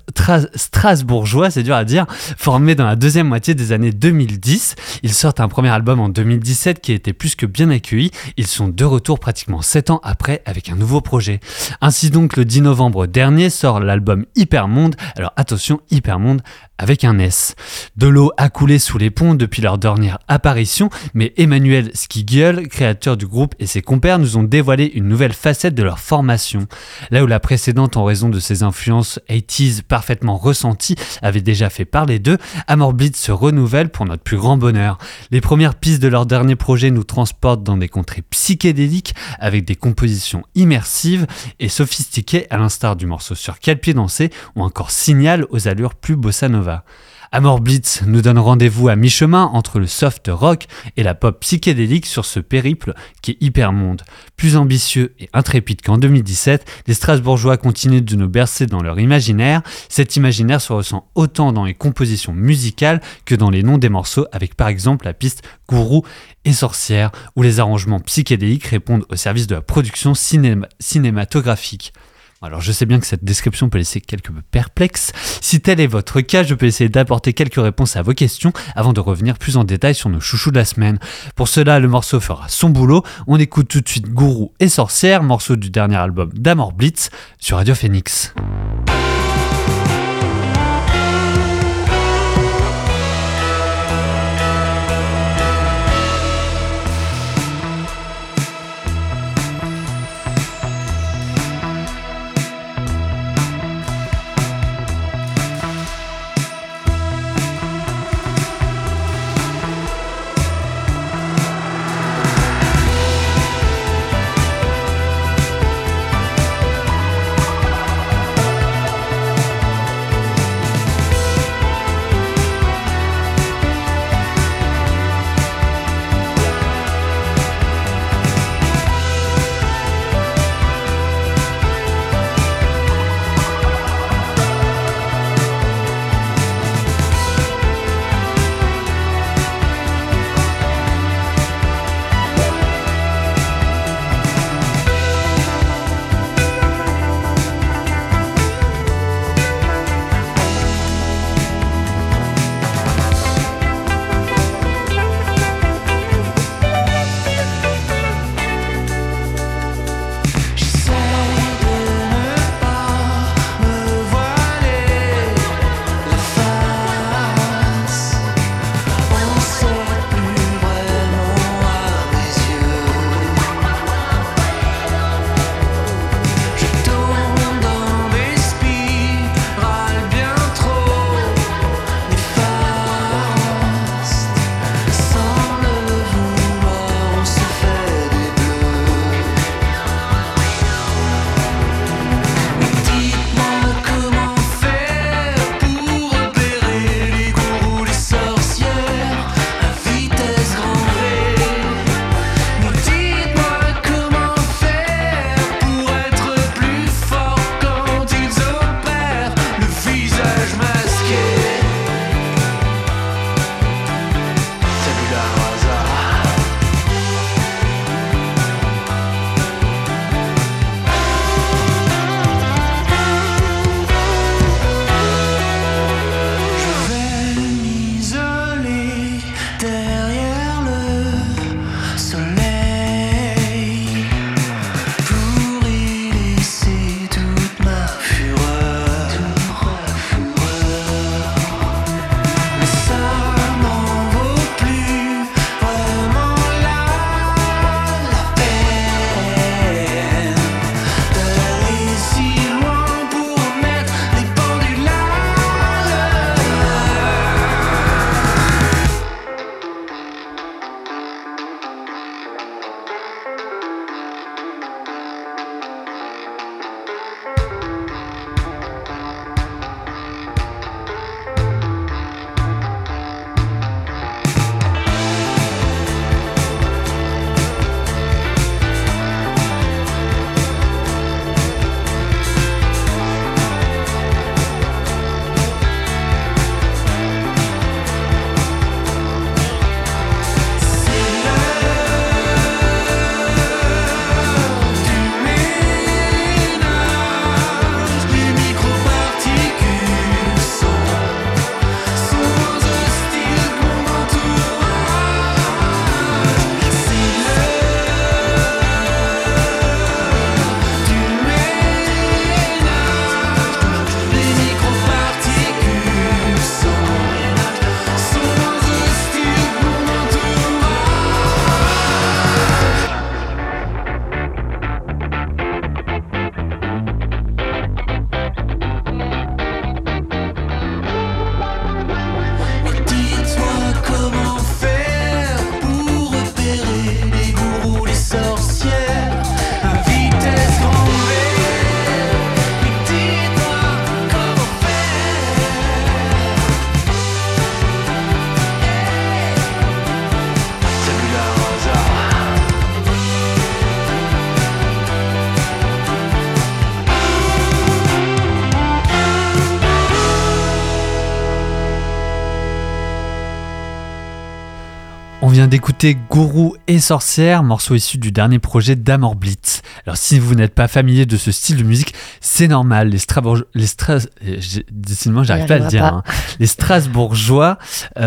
strasbourgeois, c'est dur à dire, formé dans la deuxième moitié des années 2010. Ils sortent un premier album en 2017 qui a été plus que bien accueilli. Ils sont de retour pratiquement 7 ans après avec un nouveau projet. Ainsi donc, le 10 novembre dernier sort l'album Hypermonde. Alors attention, Hypermonde avec un S. De l'eau a coulé sous les ponts depuis leur dernière apparition, mais Emmanuel Skiguel, créateur du groupe, et ses compères nous ont dévoilé une nouvelle facette de leur formation. Là où la précédente, en raison de ses influences 80s parfaitement ressenties, avait déjà fait parler d'eux, Amor Blitz se renouvelle pour notre plus grand bonheur. Les premières pistes de leur dernier projet nous transportent dans des contrées psychédéliques avec des compositions immersives et sophistiquées à l'instar du morceau sur Quel pied danser ou encore Signal aux allures plus bossa nova. Amor Blitz nous donne rendez-vous à mi-chemin entre le soft rock et la pop psychédélique sur ce périple qui est Hypermonde. Plus ambitieux et intrépide qu'en 2017, les Strasbourgeois continuent de nous bercer dans leur imaginaire. Cet imaginaire se ressent autant dans les compositions musicales que dans les noms des morceaux, avec par exemple la piste Gourou et Sorcière, où les arrangements psychédéliques répondent au service de la production cinématographique. Alors je sais bien que cette description peut laisser quelque peu perplexe. Si tel est votre cas, je peux essayer d'apporter quelques réponses à vos questions avant de revenir plus en détail sur nos chouchous de la semaine. Pour cela, le morceau fera son boulot. On écoute tout de suite Gourou et Sorcière, morceau du dernier album d'Amor Blitz sur Radio Phoenix. On vient d'écouter Gourou et Sorcière, morceau issu du dernier projet d'Amor Blitz. Alors si vous n'êtes pas familier de ce style de musique, c'est normal. Décidément, j'arrive pas à le dire. Hein. Les Strasbourgeois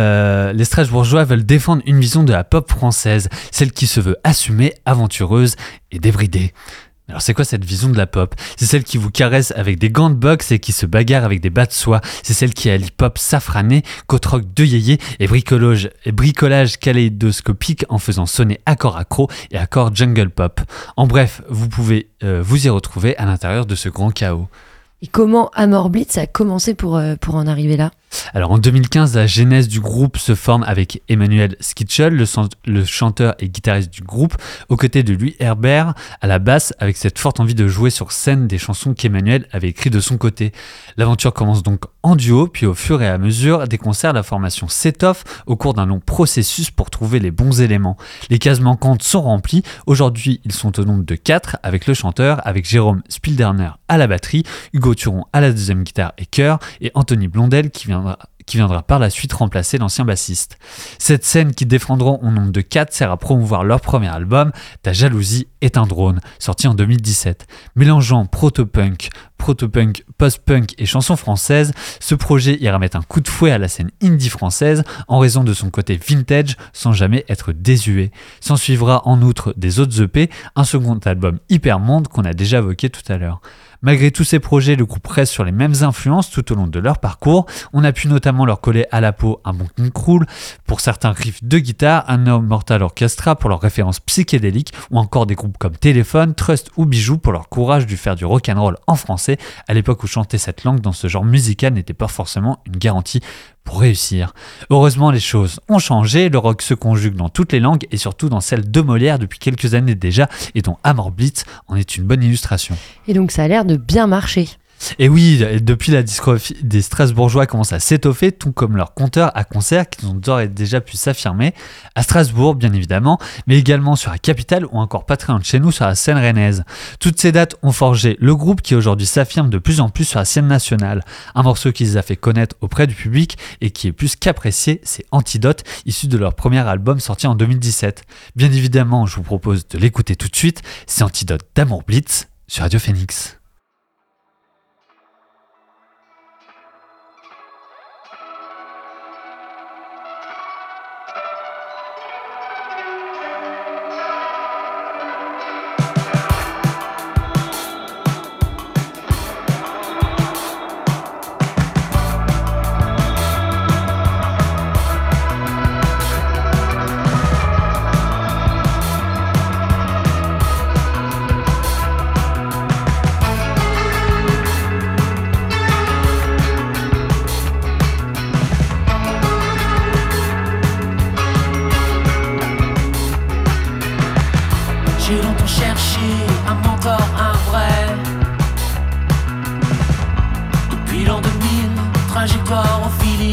veulent défendre une vision de la pop française, celle qui se veut assumée, aventureuse et débridée. Alors c'est quoi cette vision de la pop ? C'est celle qui vous caresse avec des gants de boxe et qui se bagarre avec des bas de soie. C'est celle qui allie pop safrané, côte-rock de yéyé et bricolage kaléidoscopique en faisant sonner accords accro et accords jungle pop. En bref, vous pouvez vous y retrouver à l'intérieur de ce grand chaos. Et comment Amor Blitz a commencé pour en arriver là ? Alors en 2015, la genèse du groupe se forme avec Emmanuel Skitchel, le chanteur et guitariste du groupe, aux côtés de Louis Herbert à la basse, avec cette forte envie de jouer sur scène des chansons qu'Emmanuel avait écrites de son côté. L'aventure commence donc en duo, puis au fur et à mesure des concerts, la formation s'étoffe au cours d'un long processus pour trouver les bons éléments. Les cases manquantes sont remplies. Aujourd'hui, ils sont au nombre de 4 avec le chanteur, avec Jérôme Spilderner à la batterie, Hugo Turon à la deuxième guitare et chœur, et Anthony Blondel qui viendra par la suite remplacer l'ancien bassiste. Cette scène qui défendront au nombre de 4 sert à promouvoir leur premier album, Ta jalousie est un drone, sorti en 2017. Mélangeant proto-punk, post-punk et chansons françaises, ce projet ira mettre un coup de fouet à la scène indie française en raison de son côté vintage sans jamais être désuet. S'en suivra en outre des autres EP, un second album Hypermonde qu'on a déjà évoqué tout à l'heure. Malgré tous ces projets, le groupe reste sur les mêmes influences tout au long de leur parcours. On a pu notamment leur coller à la peau un bon Cruel pour certains riffs de guitare, un No Mortal Orchestra pour leurs références psychédéliques, ou encore des groupes comme Téléphone, Trust ou Bijou pour leur courage de faire du rock'n'roll en français, à l'époque où chanter cette langue dans ce genre musical n'était pas forcément une garantie pour réussir. Heureusement, les choses ont changé, le rock se conjugue dans toutes les langues et surtout dans celle de Molière depuis quelques années déjà, et dont Amor Blitz en est une bonne illustration. Et donc ça a l'air de bien marcher. Et oui, depuis la discographie des Strasbourgeois commence à s'étoffer, tout comme leurs compteurs à concert qui ont d'ores et déjà pu s'affirmer, à Strasbourg bien évidemment, mais également sur la capitale ou encore pas très loin de chez nous sur la scène rennaise. Toutes ces dates ont forgé le groupe qui aujourd'hui s'affirme de plus en plus sur la scène nationale. Un morceau qui les a fait connaître auprès du public et qui est plus qu'apprécié, c'est Antidote, issu de leur premier album sorti en 2017. Bien évidemment, je vous propose de l'écouter tout de suite, c'est Antidote d'Amor Blitz sur Radio Phoenix. J'ai longtemps cherché un mentor, un vrai. Depuis l'an 2000, trajectoire au feeling.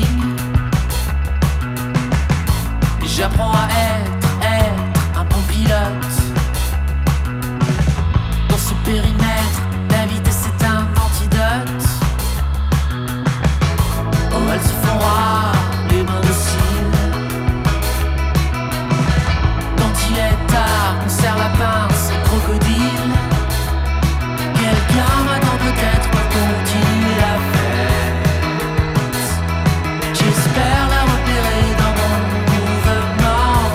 J'apprends à être un bon pilote. Dans ce périmètre, la vitesse c'est un antidote. Oh, elles se font rares, les mains dociles. Quand il est tard, on serre la pince, crocodile. Quelqu'un m'attend peut-être pour continuer la fête. J'espère la repérer dans mon mouvement.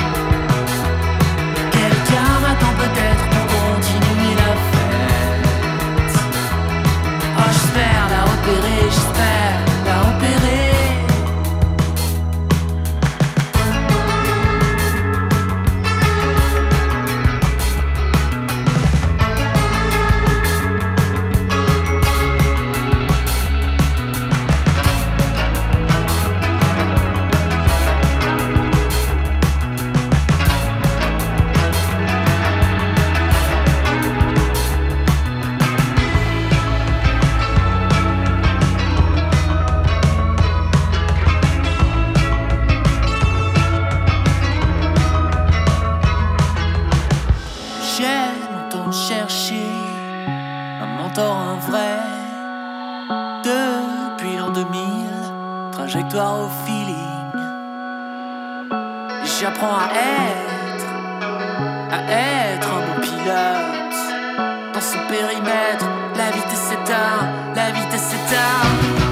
Quelqu'un m'attend peut-être pour continuer la fête. Oh, j'espère la repérer, j'espère la repérer. J'ai longtemps cherché un mentor, un vrai. Depuis l'an 2000, trajectoire au feeling. J'apprends à être un bon pilote. Dans ce périmètre, la vitesse s'éteint, la vitesse s'éteint.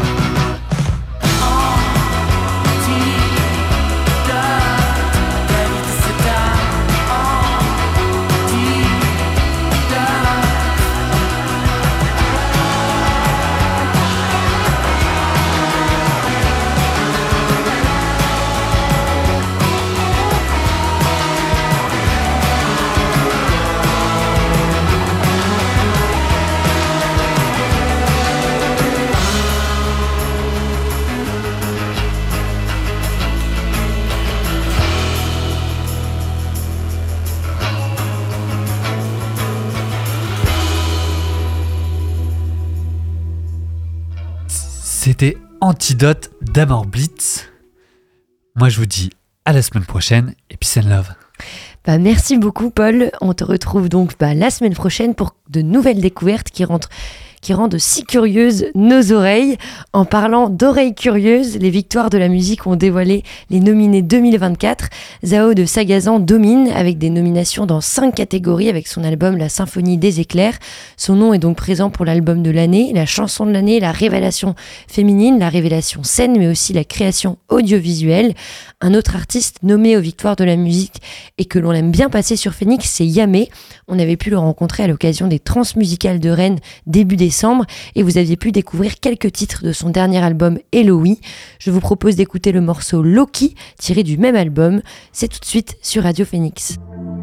C'était Antidote d'Amor Blitz. Moi, je vous dis à la semaine prochaine et peace and love. Merci beaucoup, Paul. On te retrouve donc la semaine prochaine pour de nouvelles découvertes qui rendent si curieuses nos oreilles. En parlant d'oreilles curieuses, les victoires de la musique ont dévoilé les nominés 2024. Zao de Sagazan domine avec des nominations dans 5 catégories avec son album La Symphonie des éclairs. Son nom est donc présent pour l'album de l'année, la chanson de l'année, la révélation féminine, la révélation scène, mais aussi la création audiovisuelle. Un autre artiste nommé aux victoires de la musique et que l'on aime bien passer sur Phoenix, c'est Yamé. On avait pu le rencontrer à l'occasion des Transmusicales de Rennes début décembre et vous aviez pu découvrir quelques titres de son dernier album Eloï. Je vous propose d'écouter le morceau Loki tiré du même album. C'est tout de suite sur Radio Phoenix.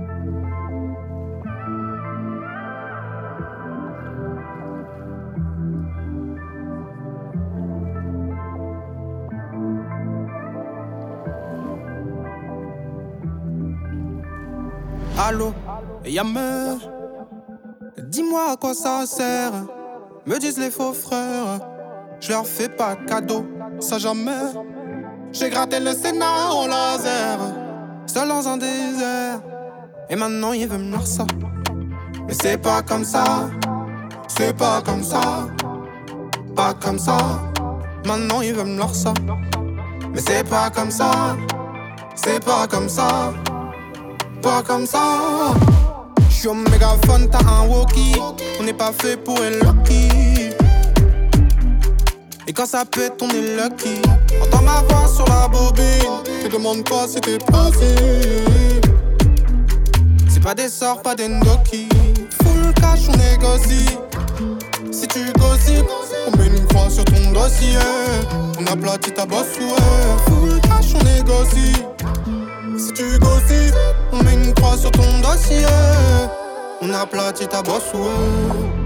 Allô, Yammer, dis-moi à quoi ça sert, me disent les faux frères, je leur fais pas cadeau, ça jamais. J'ai gratté le Sénat au laser, seul dans un désert, et maintenant ils veulent me dire ça. Mais c'est pas comme ça, c'est pas comme ça, pas comme ça. Maintenant ils veulent me dire ça. Mais c'est pas comme ça, c'est pas comme ça, pas comme ça. J'suis au mégaphone, t'as un walkie. On n'est pas fait pour être lucky. Et quand ça pète, on est lucky. Entends ma voix sur la bobine. Te demande pas si t'es possible. C'est pas des sorts, pas des ndoki. Full cash, on négocie. Si tu gossipes, on met une croix sur ton dossier. On aplatit ta bosse, ouais. Full cash, on négocie. Si tu gossipes, on met une croix sur ton dossier. On aplatit ta bosse, ouais.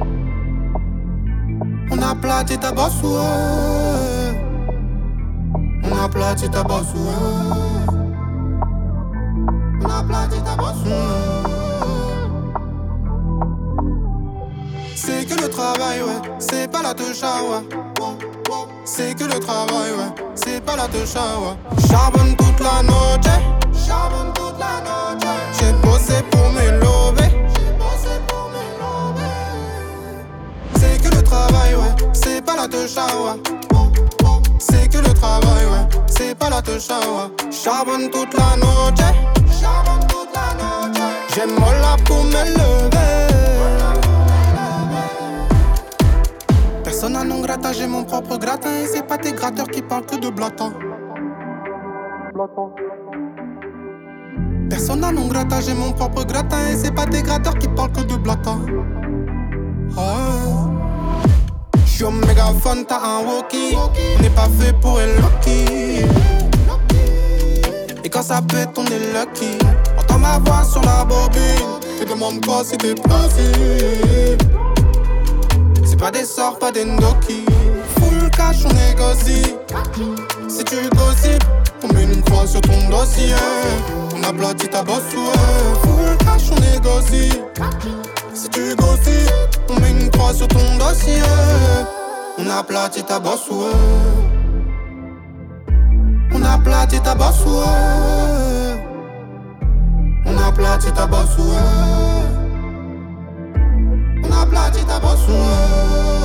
On aplatit ta bosse, ouais. On aplatit ta bosse, ouais. On aplatit ta bosse, ouais. C'est que le travail, ouais. C'est pas la techa, ouais. C'est que le travail, ouais. C'est pas la techa, ouais. Charbonne toute la noche. Charbonne toute la noche. J'ai bossé pour m'élever. C'est que le travail, ouais. C'est pas la techa, ouais. C'est que le travail, ouais. C'est pas la techa, ouais. Charbonne toute la noche. Charbonne toute la noche. J'ai molla pour m'élever. Persona non grata, j'ai mon propre gratin. Et c'est pas tes gratteurs qui parlent que de blatin. Persona non grata, j'ai mon propre gratin. Et c'est pas tes gratteurs qui parlent que de blatin. J'suis au mégaphone, t'as un walkie. On n'est pas fait pour être lucky. Et quand ça pète, on est lucky. Entends ma voix sur la bobine. Te demande pas si t'es possible. C'est pas des sorts, pas des ndoki. Full cash, on négocie. Si tu gossipes, on met une croix sur ton dossier. On aplatit ta bosse, ouais. Full cash, on négocie. Si tu gossipes, on met une croix sur ton dossier. On aplatit ta bosse, ouais. On aplatit ta bosse, ouais. On aplatit ta bosse, ouais. On aplatit ta bosse, ouais.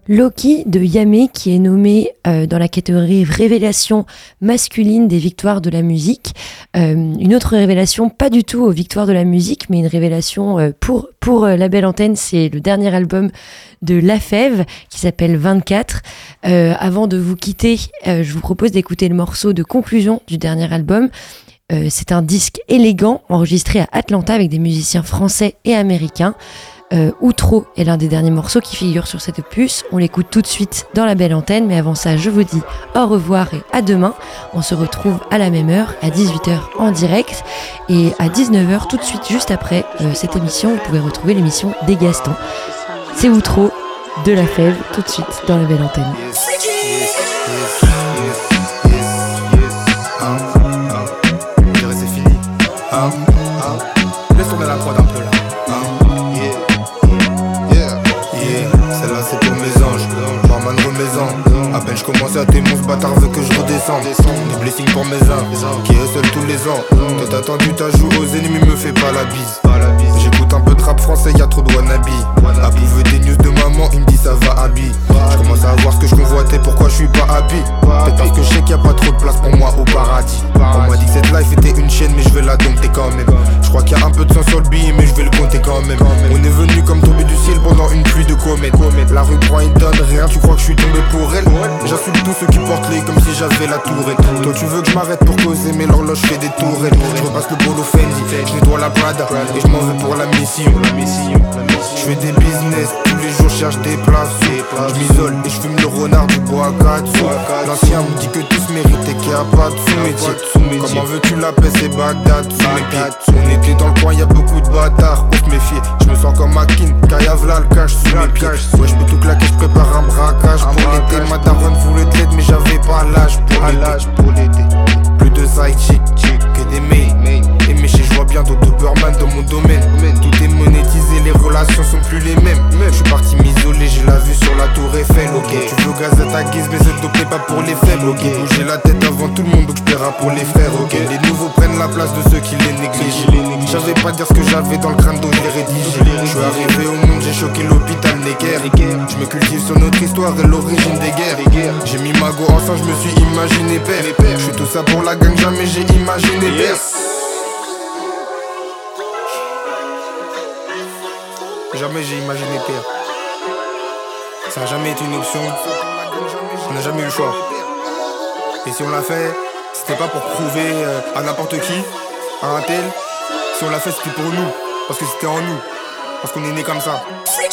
Loki de Yamé, qui est nommé dans la catégorie révélation masculine des victoires de la musique. Une autre révélation, pas du tout aux victoires de la musique, mais une révélation pour la belle antenne, c'est le dernier album de La Fève qui s'appelle 24. Avant de vous quitter, je vous propose d'écouter le morceau de conclusion du dernier album. C'est un disque élégant enregistré à Atlanta avec des musiciens français et américains. Outro est l'un des derniers morceaux qui figure sur cette opus. On l'écoute tout de suite dans la belle antenne, mais avant ça, je vous dis au revoir et à demain. On se retrouve à la même heure, à 18h en direct, et à 19h tout de suite, juste après cette émission, vous pouvez retrouver l'émission des Gastons. C'est Outro de La Fève, tout de suite dans la belle antenne. C'est fini. Laisse tomber la prod un peu là. Celle-là c'est pour mes anges, barman remaisant. À peine je commençais à t'aimer, ce bâtard veut que je redescende. Des blessings pour mes uns, qui hustle tous les ans. Toi t'as attendu ta joue aux ennemis, me fais pas la bise. J'écoute un peu de rap français, y'a trop de wannabe. Abou veut des news de maman, il me dit ça va habiller. Je commence à voir ce que je convoitais, pourquoi je suis pas happy. Peut-être parce que je sais qu'il y a pas trop de place pour moi au paradis. On m'a dit que cette life était une chaîne, mais je vais la dompter quand même. Je crois qu'il y a un peu de sang sur le billet, mais je vais le compter quand même. On est venu comme tomber du ciel pendant une pluie de comètes. La rue prend et donne rien, tu crois que je suis tombé pour elle. J'insulte tous ceux qui portent les comme si j'avais la tourette. Toi tu veux que je m'arrête pour causer, mais l'horloge fait des tourelles. Je repasse le polo Fendi, je nettoie la Prada et je m'en vais pour la mission. Je fais des business, tous les jours je cherche des places. Je m'isole et je fume le renard du bois à 4 sous. L'ancien me dit que tous méritent et qu'il n'y a pas de sous-métier. Comment veux-tu la paix, c'est Bagdad sous mes pieds. On était dans le coin, y'a beaucoup de bâtards, faut se méfier. Je me sens comme Akin, Kayavla le cache sous mes pieds. Ouais je peux tout claquer, je prépare un braquage pour l'été. Ma daronne voulait de l'aide mais j'avais pas l'âge pour l'été. Plus de side chick que des mails. Et chez je vois bien d'autres Doberman dans mon domaine. Tout est monétisé, les relations sont plus les mêmes. Je suis parti m'isoler, j'ai la vue sur la tour Eiffel. Ok, tu veux gaz à ta guise, mais cette dope n'est pas pour les faibles. Ok, j'ai la tête avant tout le monde, donc je paiera pour les frères. Ok, les nouveaux prennent la place de ceux qui les négligent. J'avais pas dire ce que j'avais dans le crâne, donc je l'ai rédigé. Je suis arrivé au monde, j'ai choqué l'hôpital Necker. Je me cultive sur notre histoire et l'origine des guerres. J'ai mis Mago ensemble, je me suis imaginé père. Je suis tout ça pour la gang, jamais j'ai imaginé père. Jamais j'ai imaginé pire. Ça a jamais été une option. On n'a jamais eu le choix. Et si on l'a fait, c'était pas pour prouver à n'importe qui, à un tel. Si on l'a fait, c'était pour nous. Parce que c'était en nous. Parce qu'on est né comme ça.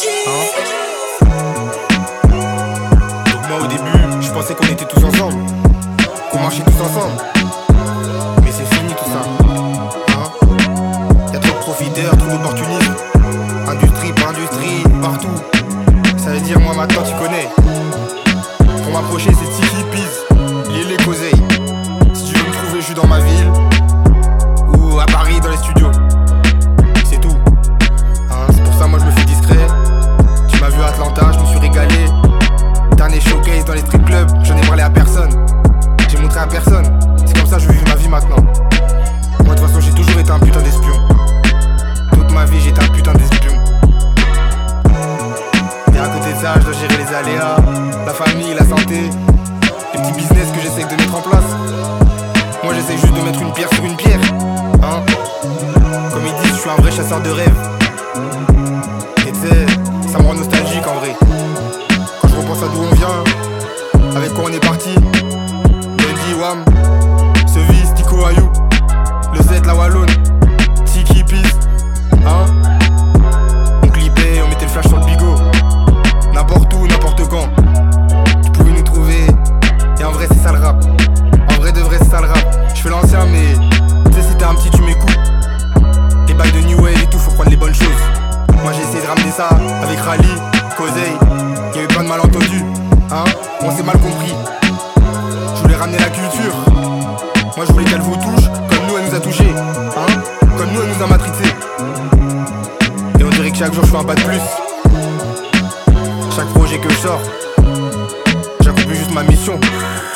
Donc moi au début, je pensais qu'on était tous ensemble. Qu'on marchait tous ensemble. Mais c'est fini tout ça. Y'a trop de profiteurs, trop d'opportunistes. Industrie par industrie, partout. Ça veut dire moi maintenant tu connais. Pour m'approcher c'est Tiki Peas, lier les causeilles. Si tu veux me trouver je suis dans ma ville. Ou à Paris dans les studios. C'est tout. C'est pour ça moi je me fais discret. Tu m'as vu à Atlanta, je me suis régalé. Dernier showcase dans les strip clubs, j'en ai parlé à personne. J'ai montré à personne. C'est comme ça que je vis ma vie maintenant. Moi de toute façon j'ai toujours été un putain d'espion. Toute ma vie j'étais un putain d'espion. Et à côté de ça je dois gérer les aléas, la famille, la santé, les petits business que j'essaye de mettre en place. Moi j'essaye juste de mettre une pierre sur une pierre. Comme ils disent je suis un vrai chasseur de rêves. Et tu sais, ça me rend nostalgique en vrai. Quand je repense à d'où on vient, avec quoi on est parti. Lundi, Wam, Sevis, Tico, Ayou, le Z, la Wallonne, Tiki Peas. On clippait, on mettait le flash sur le bigot. N'importe où, n'importe quand. Tu pouvais nous trouver. Et en vrai c'est ça le rap. En vrai de vrai c'est ça le rap. Je fais l'ancien mais tu sais si t'es un petit tu m'écoutes. Les bails de New Wave et tout faut prendre les bonnes choses. Moi j'ai essayé de ramener ça avec Rally, Causeille. Y'a eu plein de malentendus. On s'est mal compris. Je voulais ramener la culture. Moi je voulais qu'elle vous touche comme nous elle nous a touché. Comme nous elle nous a matrixé. Et on dirait que chaque jour je fais un pas de plus. Chaque projet que je sors, j'accomplis juste ma mission.